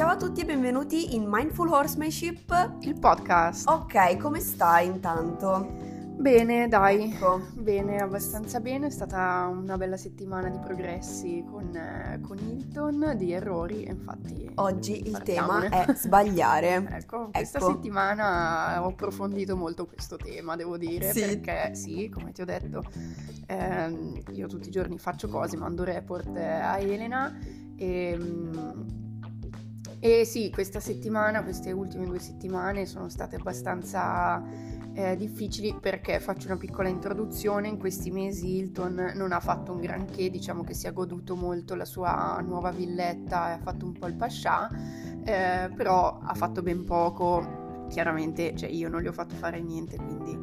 Ciao a tutti e benvenuti in Mindful Horsemanship, il podcast. Ok, come stai intanto? Bene, dai, Ecco. Bene, abbastanza bene, è stata una bella settimana di progressi con Hilton, di errori, e infatti Oggi il parliamone. tema è sbagliare. Ecco, questa settimana ho approfondito molto questo tema, devo dire, Sì. perché sì, come ti ho detto, io tutti i giorni faccio cose, mando report a Elena e sì, queste ultime 2 settimane sono state abbastanza difficili perché faccio una piccola introduzione. In questi mesi Hilton non ha fatto un granché, diciamo che si è goduto molto la sua nuova villetta e ha fatto un po' il pascià, però ha fatto ben poco, chiaramente, cioè io non gli ho fatto fare niente, quindi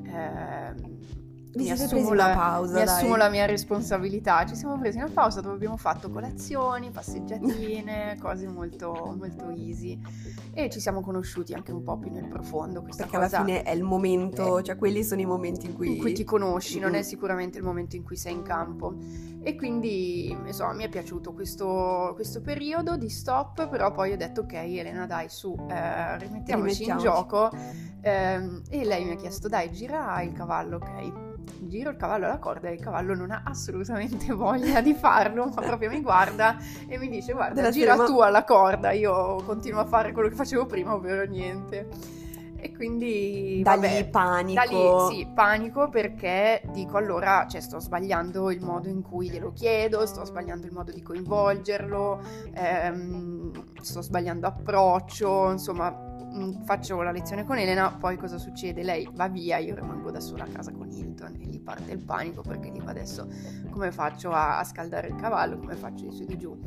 mi assumo la mia responsabilità. Ci siamo presi una pausa dove abbiamo fatto colazioni, passeggiatine, cose molto, molto easy, e ci siamo conosciuti anche un po' più nel profondo. Perché alla fine è il momento, cioè quelli sono i momenti in cui ti conosci, non è sicuramente il momento in cui sei in campo. E quindi insomma mi è piaciuto questo periodo di stop, però poi ho detto ok Elena, dai, su, rimettiamoci in gioco, e lei mi ha chiesto dai, gira il cavallo. Ok, giro il cavallo alla corda e il cavallo non ha assolutamente voglia di farlo, ma proprio mi guarda e mi dice guarda, gira tu alla corda, io continuo a fare quello che facevo prima, ovvero niente. E quindi panico. Sì, panico, perché dico allora, cioè sto sbagliando il modo in cui glielo chiedo, sto sbagliando il modo di coinvolgerlo, sto sbagliando approccio, insomma. Faccio la lezione con Elena, poi cosa succede? Lei va via, io rimango da sola a casa con Hilton e gli parte il panico perché dico adesso come faccio a scaldare il cavallo, come faccio di su e di giù.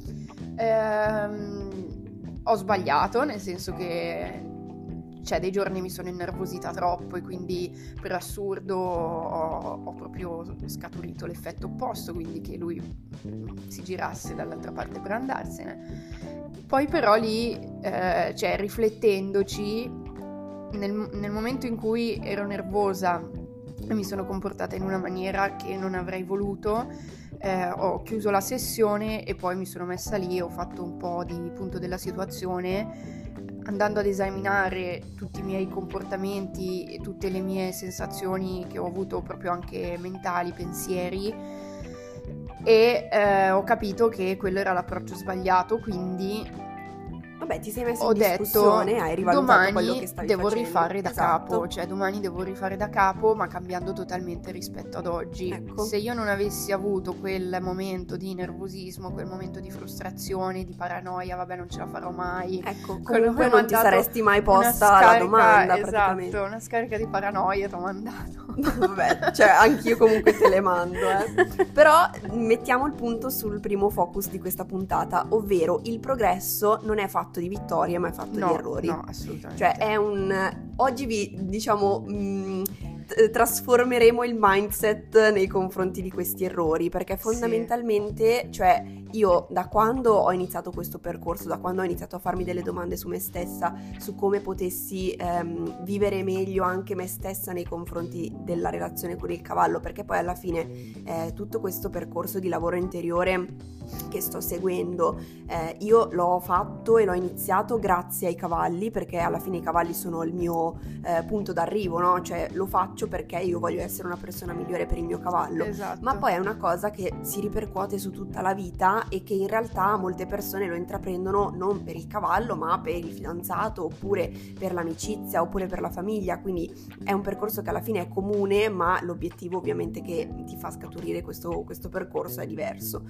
Ho sbagliato, nel senso che dei giorni mi sono innervosita troppo e quindi per assurdo ho proprio scaturito l'effetto opposto, quindi che lui si girasse dall'altra parte per andarsene. Poi però lì, riflettendoci, nel momento in cui ero nervosa e mi sono comportata in una maniera che non avrei voluto, ho chiuso la sessione e poi mi sono messa lì e ho fatto un po' di punto della situazione, andando ad esaminare tutti i miei comportamenti e tutte le mie sensazioni che ho avuto, proprio anche mentali, pensieri, e ho capito che quello era l'approccio sbagliato, quindi ti sei messo in discussione, hai rivalutato quello che stavi facendo. Rifare da capo, cioè domani devo rifare da capo, ma cambiando totalmente rispetto ad oggi. Ecco. Se io non avessi avuto quel momento di nervosismo, quel momento di frustrazione, di paranoia, vabbè non ce la farò mai. Ecco, comunque non ti saresti mai posta la domanda, praticamente. Esatto, una scarica di paranoia ti ho mandato. Vabbè, cioè anch'io comunque te le mando, Però mettiamo il punto sul primo focus di questa puntata, ovvero il progresso non è fatto di vittorie, ma è fatto di errori. No, assolutamente. Cioè oggi vi diciamo trasformeremo il mindset nei confronti di questi errori, perché fondamentalmente, cioè io da quando ho iniziato questo percorso, da quando ho iniziato a farmi delle domande su me stessa, su come potessi vivere meglio anche me stessa nei confronti della relazione con il cavallo, perché poi alla fine tutto questo percorso di lavoro interiore che sto seguendo, io l'ho fatto e l'ho iniziato grazie ai cavalli, perché alla fine i cavalli sono il mio punto d'arrivo, no? Cioè lo faccio perché io voglio essere una persona migliore per il mio cavallo. Esatto. Ma poi è una cosa che si ripercuote su tutta la vita e che in realtà molte persone lo intraprendono non per il cavallo, ma per il fidanzato, oppure per l'amicizia, oppure per la famiglia, quindi è un percorso che alla fine è comune, ma l'obiettivo ovviamente che ti fa scaturire questo percorso è diverso.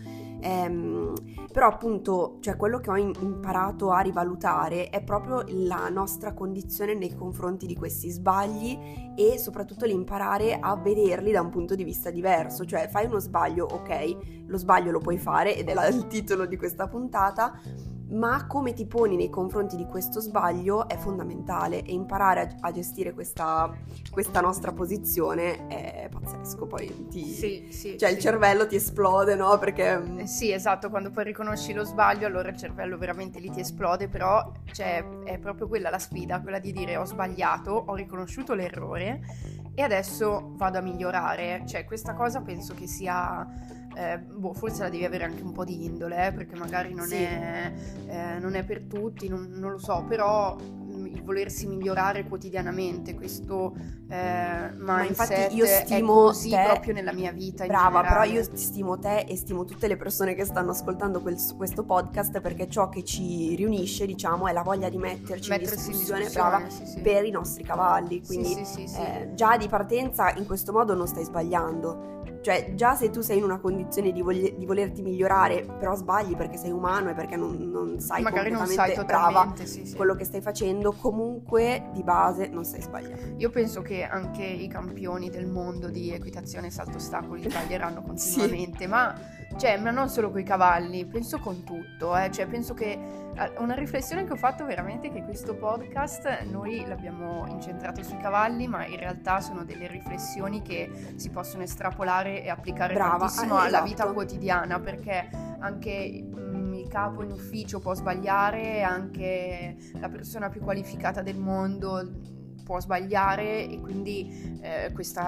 Però appunto, cioè quello che ho imparato a rivalutare è proprio la nostra condizione nei confronti di questi sbagli e soprattutto l'imparare a vederli da un punto di vista diverso. Cioè fai uno sbaglio, ok, lo sbaglio lo puoi fare ed è il titolo di questa puntata, ma come ti poni nei confronti di questo sbaglio è fondamentale, e imparare a gestire questa nostra posizione è pazzesco. Poi il cervello ti esplode, no? Perché sì, esatto, quando poi riconosci lo sbaglio allora il cervello veramente lì ti esplode, però è proprio quella la sfida, quella di dire ho sbagliato, ho riconosciuto l'errore e adesso vado a migliorare. Cioè questa cosa penso che sia forse la devi avere anche un po' di indole, perché magari non è per tutti, non lo so, però il volersi migliorare quotidianamente, questo ma infatti mindset io è stimo così te, proprio nella mia vita in brava, però generale. io stimo te e stimo tutte le persone che stanno ascoltando questo podcast, perché ciò che ci riunisce, diciamo, è la voglia di mettersi in discussione, brava, sì. per i nostri cavalli, quindi Sì. già di partenza in questo modo non stai sbagliando. Cioè, già se tu sei in una condizione di volerti migliorare, però sbagli perché sei umano e perché non sai magari completamente, non sai totalmente, sì. quello che stai facendo, comunque di base non stai sbagliando. Io penso che anche i campioni del mondo di equitazione e salto ostacoli sbaglieranno continuamente, ma non solo coi cavalli, penso con tutto, cioè penso che una riflessione che ho fatto veramente è che questo podcast noi l'abbiamo incentrato sui cavalli, ma in realtà sono delle riflessioni che si possono estrapolare e applicare tantissimo alla vita quotidiana, perché anche il capo in ufficio può sbagliare, anche la persona più qualificata del mondo può sbagliare, e quindi questo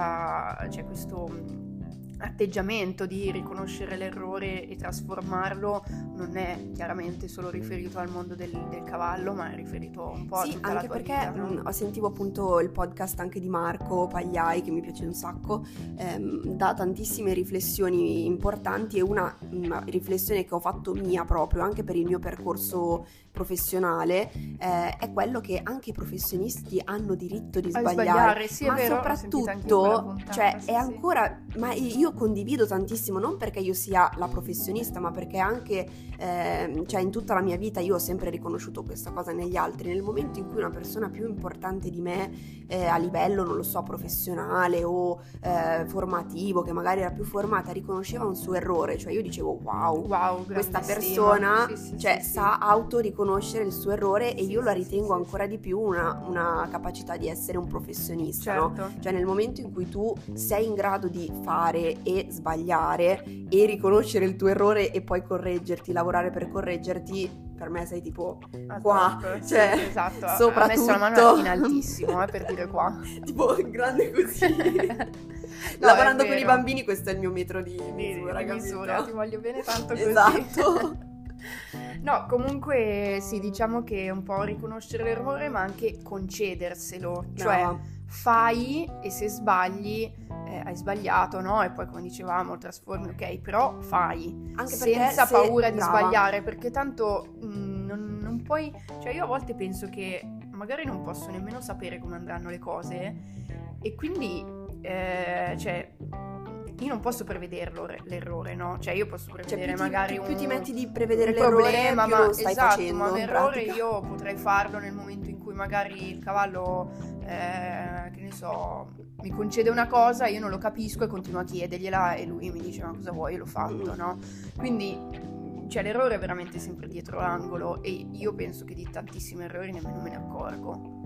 atteggiamento di riconoscere l'errore e trasformarlo non è chiaramente solo riferito al mondo del cavallo, ma è riferito un po' a tutta la tua vita. Sì, anche perché sentivo appunto il podcast anche di Marco Pagliai, che mi piace un sacco, dà tantissime riflessioni importanti, e una riflessione che ho fatto mia proprio anche per il mio percorso professionale è quello che anche i professionisti hanno diritto di sbagliare, sì, ma è vero, soprattutto è ancora, ma io condivido tantissimo, non perché io sia la professionista, ma perché anche in tutta la mia vita io ho sempre riconosciuto questa cosa negli altri. Nel momento in cui una persona più importante di me a livello, non lo so, professionale o formativo, che magari era più formata, riconosceva un suo errore, cioè io dicevo wow, questa persona sa autoriconoscere il suo errore, e io la ritengo ancora di più una capacità di essere un professionista, certo. No? Cioè nel momento in cui tu sei in grado di fare e sbagliare e riconoscere il tuo errore e poi correggerti, lavorare per correggerti, per me sei tipo qua, cioè esatto. Soprattutto ha messo la mano in altissimo per dire qua, tipo grande così. Lavorando con i bambini, questo è il mio metro di misura, ti voglio bene tanto così. Esatto. No, comunque sì, diciamo che un po' riconoscere l'errore, ma anche concederselo, cioè fai, e se sbagli hai sbagliato, no? E poi, come dicevamo, trasformi, ok, però fai, anche senza paura di sbagliare, perché tanto non puoi, cioè io a volte penso che magari non posso nemmeno sapere come andranno le cose, e quindi io non posso prevederlo l'errore, no? Cioè io posso prevedere magari più ti metti di prevedere un l'errore, problema, più ma lo stai facendo, ma un errore pratica. io potrei farlo nel momento in cui magari il cavallo che ne so, mi concede una cosa, io non lo capisco e continuo a chiedergliela, e lui mi dice ma cosa vuoi, l'ho fatto, no? Quindi l'errore è veramente sempre dietro l'angolo, e io penso che di tantissimi errori nemmeno me ne accorgo.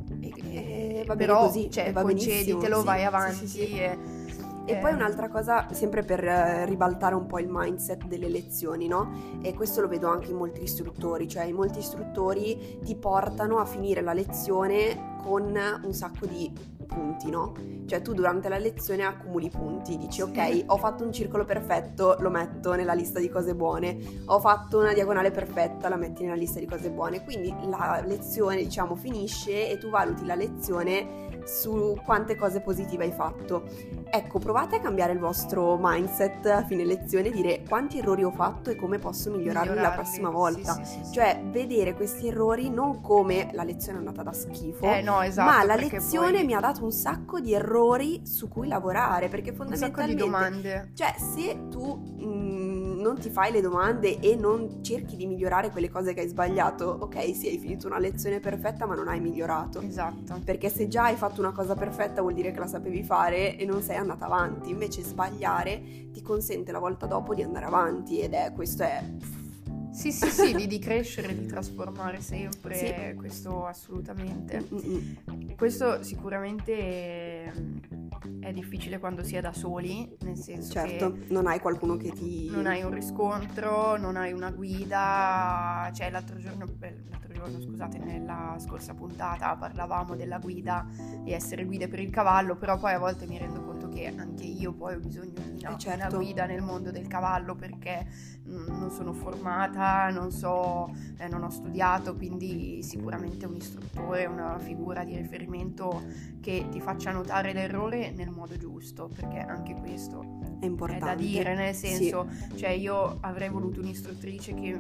Va però così, va conceditelo, sì, vai avanti. Sì. E poi un'altra cosa, sempre per ribaltare un po' il mindset delle lezioni, no? E questo lo vedo anche in molti istruttori, cioè molti istruttori ti portano a finire la lezione con un sacco di punti, no? Cioè tu durante la lezione accumuli punti, dici ok, ho fatto un circolo perfetto, lo metto nella lista di cose buone, ho fatto una diagonale perfetta, la metti nella lista di cose buone, quindi la lezione, diciamo, finisce e tu valuti la lezione su quante cose positive hai fatto. Ecco, provate a cambiare il vostro mindset a fine lezione e dire quanti errori ho fatto e come posso migliorarli la prossima volta. Cioè vedere questi errori non come la lezione è andata da schifo, no, esatto, ma la lezione mi ha dato un sacco di errori su cui lavorare, perché fondamentalmente un sacco di domande. Cioè se tu non ti fai le domande e non cerchi di migliorare quelle cose che hai sbagliato, ok, sì, hai finito una lezione perfetta ma non hai migliorato. Esatto. Perché se già hai fatto una cosa perfetta vuol dire che la sapevi fare e non sei andata avanti. Invece sbagliare ti consente la volta dopo di andare avanti, ed questo è... Sì, di crescere, di trasformare sempre, questo assolutamente. Questo sicuramente è difficile quando si è da soli, nel senso che non hai qualcuno che ti... Non hai un riscontro, non hai una guida, cioè l'altro giorno, scusate, nella scorsa puntata parlavamo della guida e essere guide per il cavallo, però poi a volte mi rendo conto che anche io poi ho bisogno di una certo. guida nel mondo del cavallo, perché non sono formata, non ho studiato, quindi sicuramente un istruttore, una figura di riferimento che ti faccia notare l'errore nel modo giusto, perché anche questo è importante. È da dire, nel senso, cioè io avrei voluto un'istruttrice che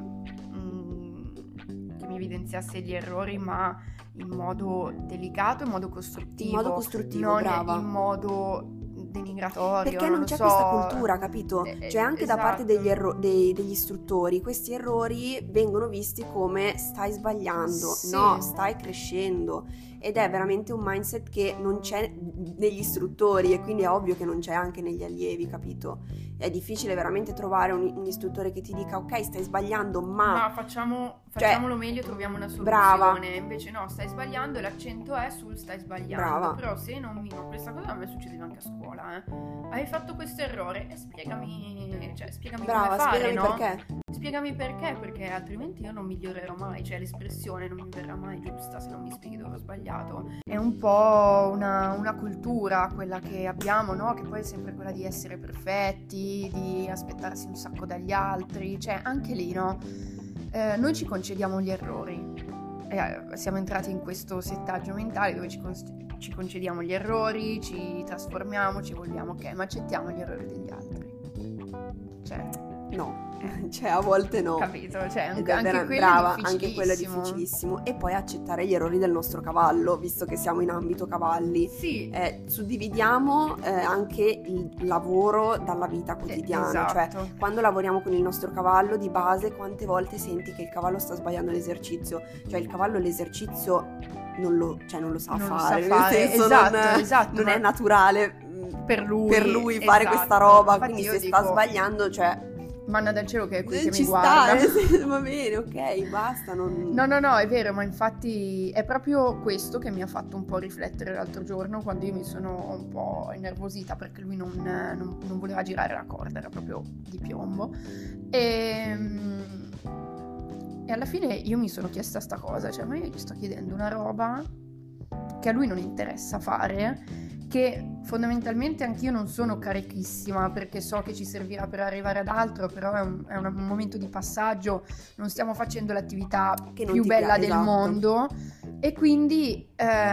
mi evidenziasse gli errori, ma in modo delicato, in modo costruttivo, non brava. in modo denigratorio. Perché non c'è questa cultura, capito? Cioè anche da parte esatto. degli istruttori, questi errori vengono visti come stai sbagliando, Sì. no, stai crescendo. Ed è veramente un mindset che non c'è negli istruttori, e quindi è ovvio che non c'è anche negli allievi, capito? È difficile veramente trovare un istruttore che ti dica ok, stai sbagliando, ma facciamolo meglio, troviamo una soluzione. Brava. Invece no, stai sbagliando, l'accento è sul stai sbagliando. Brava. Però se non mi... Ma questa cosa a me succedeva anche a scuola, Hai fatto questo errore e spiegami Brava, come fare, spiegami no? perché. Spiegami perché altrimenti io non migliorerò mai, cioè l'espressione non mi verrà mai giusta se non mi spieghi dove ho sbagliato. È un po' una cultura quella che abbiamo, no? Che poi è sempre quella di essere perfetti, di aspettarsi un sacco dagli altri, cioè anche lì, no? Noi ci concediamo gli errori. Siamo entrati in questo settaggio mentale dove ci concediamo gli errori, ci trasformiamo, ci evolviamo, ok, ma accettiamo gli errori degli altri. Cioè... No, cioè a volte no. Capito, cioè anche quello è difficilissimo. E poi accettare gli errori del nostro cavallo, visto che siamo in ambito cavalli. Sì. Suddividiamo anche il lavoro dalla vita quotidiana. Esatto. Cioè quando lavoriamo con il nostro cavallo, di base quante volte senti che il cavallo sta sbagliando l'esercizio? Cioè il cavallo l'esercizio non lo sa fare. Nel senso, esatto, non è naturale per lui fare questa roba. Infatti quindi se sta sbagliando, cioè manna dal cielo che è qui che ci mi guarda. Va bene, ok, basta. No, è vero, ma infatti è proprio questo che mi ha fatto un po' riflettere l'altro giorno, quando io mi sono un po' innervosita perché lui non voleva girare la corda, era proprio di piombo. E alla fine io mi sono chiesta sta cosa, cioè ma io gli sto chiedendo una roba che a lui non interessa fare, che fondamentalmente anch'io non sono carichissima, perché so che ci servirà per arrivare ad altro, però è un momento di passaggio, non stiamo facendo l'attività più bella del mondo, e quindi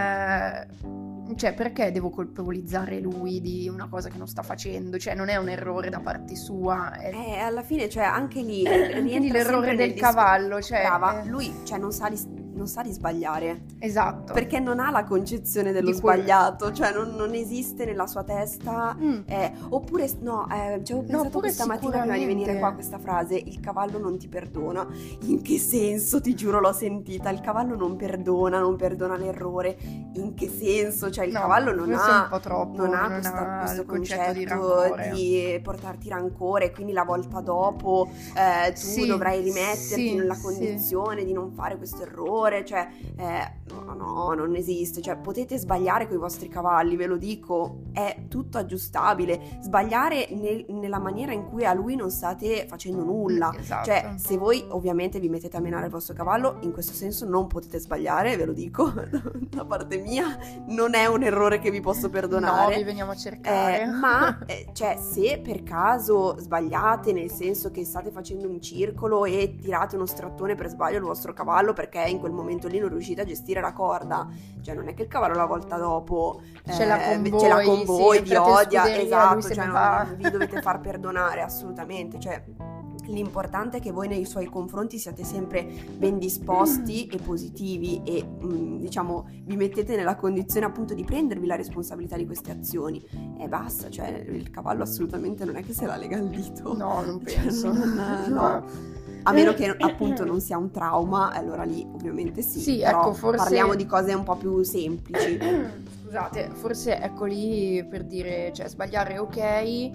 cioè perché devo colpevolizzare lui di una cosa che non sta facendo? Cioè non è un errore da parte sua, alla fine, cioè anche lì quindi l'errore del cavallo, cioè brava, lui cioè non sa di sbagliare. Esatto. Perché non ha la concezione dello sbagliato, cioè non esiste nella sua testa. Oppure no, ci avevo pensato questa mattina prima di venire qua questa frase: il cavallo non ti perdona. In che senso? Ti giuro, l'ho sentita. Il cavallo non perdona l'errore. In che senso? Cioè il cavallo non ha questo concetto di portarti rancore, quindi la volta dopo tu dovrai rimetterti nella condizione di non fare questo errore. Cioè no, non esiste. Cioè potete sbagliare con i vostri cavalli, ve lo dico, è tutto aggiustabile. Sbagliare nella maniera in cui a lui non state facendo nulla. Esatto. Cioè se voi ovviamente vi mettete a menare il vostro cavallo, in questo senso non potete sbagliare, ve lo dico da parte mia, non è un errore che vi posso perdonare. No, vi veniamo a cercare. Ma cioè se per caso sbagliate, nel senso che state facendo un circolo e tirate uno strattone per sbaglio al vostro cavallo perché in quel momento lì non riuscite a gestire la corda, cioè non è che il cavallo la volta dopo ce l'ha con voi, vi odia, esatto, cioè non vi dovete far perdonare assolutamente. Cioè l'importante è che voi nei suoi confronti siate sempre ben disposti e positivi e diciamo vi mettete nella condizione appunto di prendervi la responsabilità di queste azioni e basta. Cioè il cavallo assolutamente non è che se la lega al dito. No, non penso. No. A meno che appunto non sia un trauma, allora lì ovviamente sì, però ecco, forse parliamo di cose un po' più semplici. Scusate, forse ecco lì per dire, cioè sbagliare ok,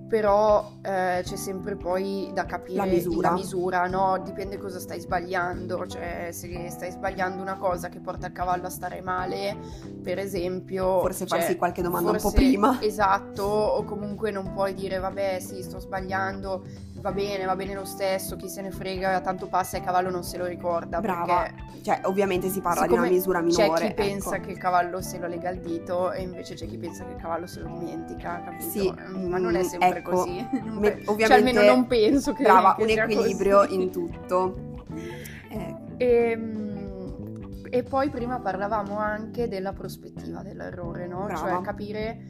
però c'è sempre poi da capire la misura, no? Dipende cosa stai sbagliando, cioè se stai sbagliando una cosa che porta il cavallo a stare male, per esempio, forse farsi qualche domanda un po' prima. Esatto, o comunque non puoi dire vabbè sì, sto sbagliando, va bene lo stesso, chi se ne frega, tanto passa e il cavallo non se lo ricorda. Brava, perché cioè ovviamente si parla di una misura minore. C'è chi pensa che il cavallo se lo lega al dito e invece c'è chi pensa che il cavallo se lo dimentica, capito? Sì, ma non è sempre così. Ovviamente, cioè almeno non penso che brava, che un sia equilibrio così. in tutto. E poi prima parlavamo anche della prospettiva dell'errore, no? Brava. Cioè capire,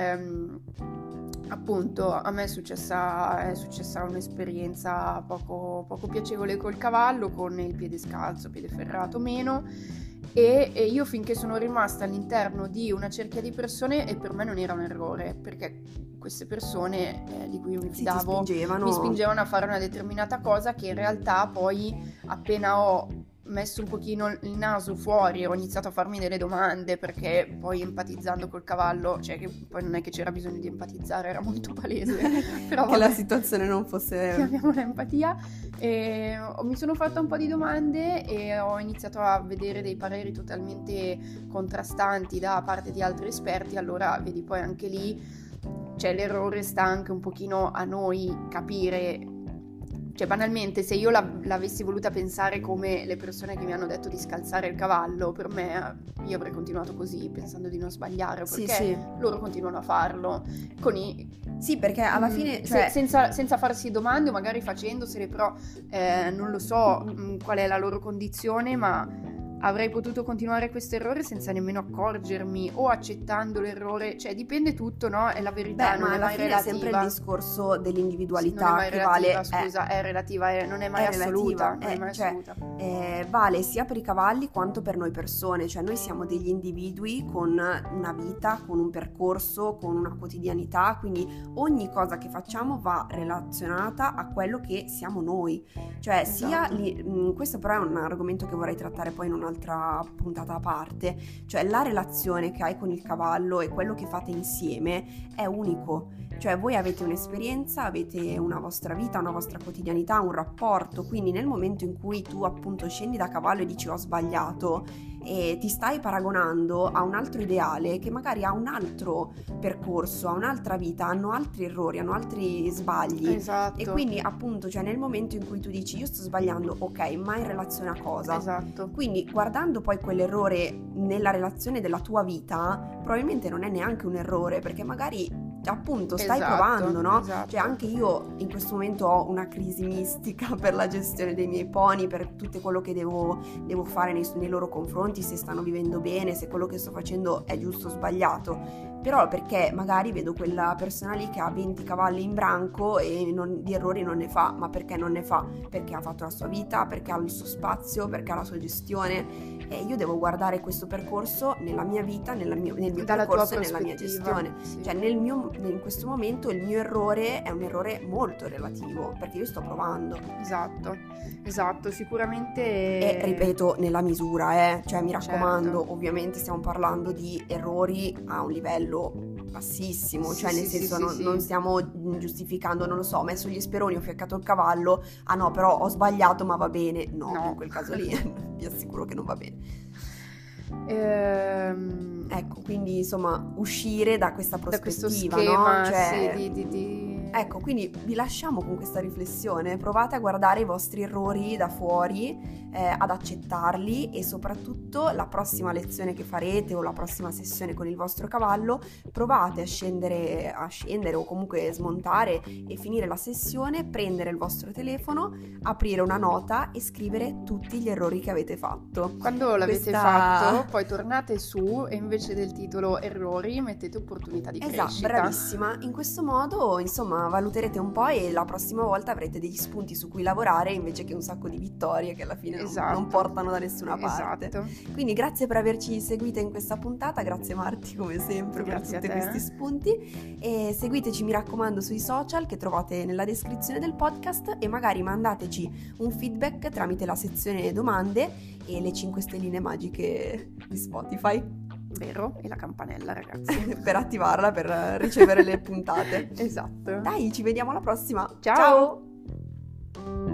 appunto, a me è successa un'esperienza poco piacevole col cavallo, con il piede scalzo, piede ferrato meno, e io finché sono rimasta all'interno di una cerchia di persone, e per me non era un errore, perché queste persone di cui io mi fidavo mi spingevano a fare una determinata cosa che in realtà poi appena ho messo un pochino il naso fuori ho iniziato a farmi delle domande, perché poi empatizzando col cavallo, cioè che poi non è che c'era bisogno di empatizzare, era molto palese però che la situazione non fosse, chiamiamola empatia, e mi sono fatta un po' di domande e ho iniziato a vedere dei pareri totalmente contrastanti da parte di altri esperti. Allora vedi, poi anche lì cioè l'errore sta anche un pochino a noi capire. Cioè banalmente, se io l'avessi voluta pensare come le persone che mi hanno detto di scalzare il cavallo, per me io avrei continuato così, pensando di non sbagliare, perché loro continuano a farlo sì, perché alla fine cioè... senza farsi domande, o magari facendosele, però non lo so qual è la loro condizione, ma avrei potuto continuare questo errore senza nemmeno accorgermi, o accettando l'errore, cioè dipende tutto, no? È la verità, non ma è alla mai fine relativa. è sempre il discorso dell'individualità, non è mai che relativa, vale, scusa, è relativa, non è mai assoluta, non è mai assoluta. Vale sia per i cavalli quanto per noi persone, cioè noi siamo degli individui con una vita, con un percorso, con una quotidianità, quindi ogni cosa che facciamo va relazionata a quello che siamo noi, cioè sia questo però è un argomento che vorrei trattare poi in un'altra puntata a parte, cioè la relazione che hai con il cavallo e quello che fate insieme è unico, cioè voi avete un'esperienza, avete una vostra vita, una vostra quotidianità, un rapporto, quindi nel momento in cui tu appunto scendi da cavallo e dici ho sbagliato e ti stai paragonando a un altro ideale che magari ha un altro percorso, ha un'altra vita, hanno altri errori, hanno altri sbagli, esatto. E quindi appunto cioè nel momento in cui tu dici io sto sbagliando, ok, ma in relazione a cosa? Esatto. Quindi guardando poi quell'errore nella relazione della tua vita, probabilmente non è neanche un errore, perché magari appunto stai provando, no? Esatto. Cioè anche io in questo momento ho una crisi mistica per la gestione dei miei pony, per tutto quello che devo fare nei loro confronti, se stanno vivendo bene, se quello che sto facendo è giusto o sbagliato. Però perché magari vedo quella persona lì che ha 20 cavalli in branco e di errori non ne fa, ma perché non ne fa? Perché ha fatto la sua vita, perché ha il suo spazio, perché ha la sua gestione, e io devo guardare questo percorso nella mia vita, nel mio percorso e nella mia gestione. Sì. Cioè in questo momento il mio errore è un errore molto relativo, perché io sto provando. Esatto, sicuramente. E ripeto, nella misura, cioè mi raccomando, certo. Ovviamente stiamo parlando di errori a un livello bassissimo, cioè nel senso non stiamo giustificando, non lo so, ho messo gli speroni, ho fiaccato il cavallo, ah no, però ho sbagliato, ma va bene. No. In quel caso lì vi assicuro che non va bene. Ecco, quindi insomma uscire da questa prospettiva, da questo schema, no? Cioè, di... Ecco, quindi vi lasciamo con questa riflessione, provate a guardare i vostri errori da fuori, ad accettarli, e soprattutto la prossima lezione che farete o la prossima sessione con il vostro cavallo, provate a scendere o comunque smontare e finire la sessione, prendere il vostro telefono, aprire una nota e scrivere tutti gli errori che avete fatto. Quando l'avete fatto, poi tornate su e invece del titolo errori mettete opportunità di crescita. Esatto, bravissima. In questo modo, insomma, valuterete un po' e la prossima volta avrete degli spunti su cui lavorare invece che un sacco di vittorie che alla fine non portano da nessuna parte. Esatto. Quindi grazie per averci seguita in questa puntata, grazie Marti come sempre grazie per tutti questi spunti, e seguiteci mi raccomando sui social che trovate nella descrizione del podcast, e magari mandateci un feedback tramite la sezione domande e le 5 stelline magiche di Spotify. Vero, e la campanella, ragazzi. Per attivarla, per ricevere le puntate. Esatto. Dai, ci vediamo alla prossima. Ciao!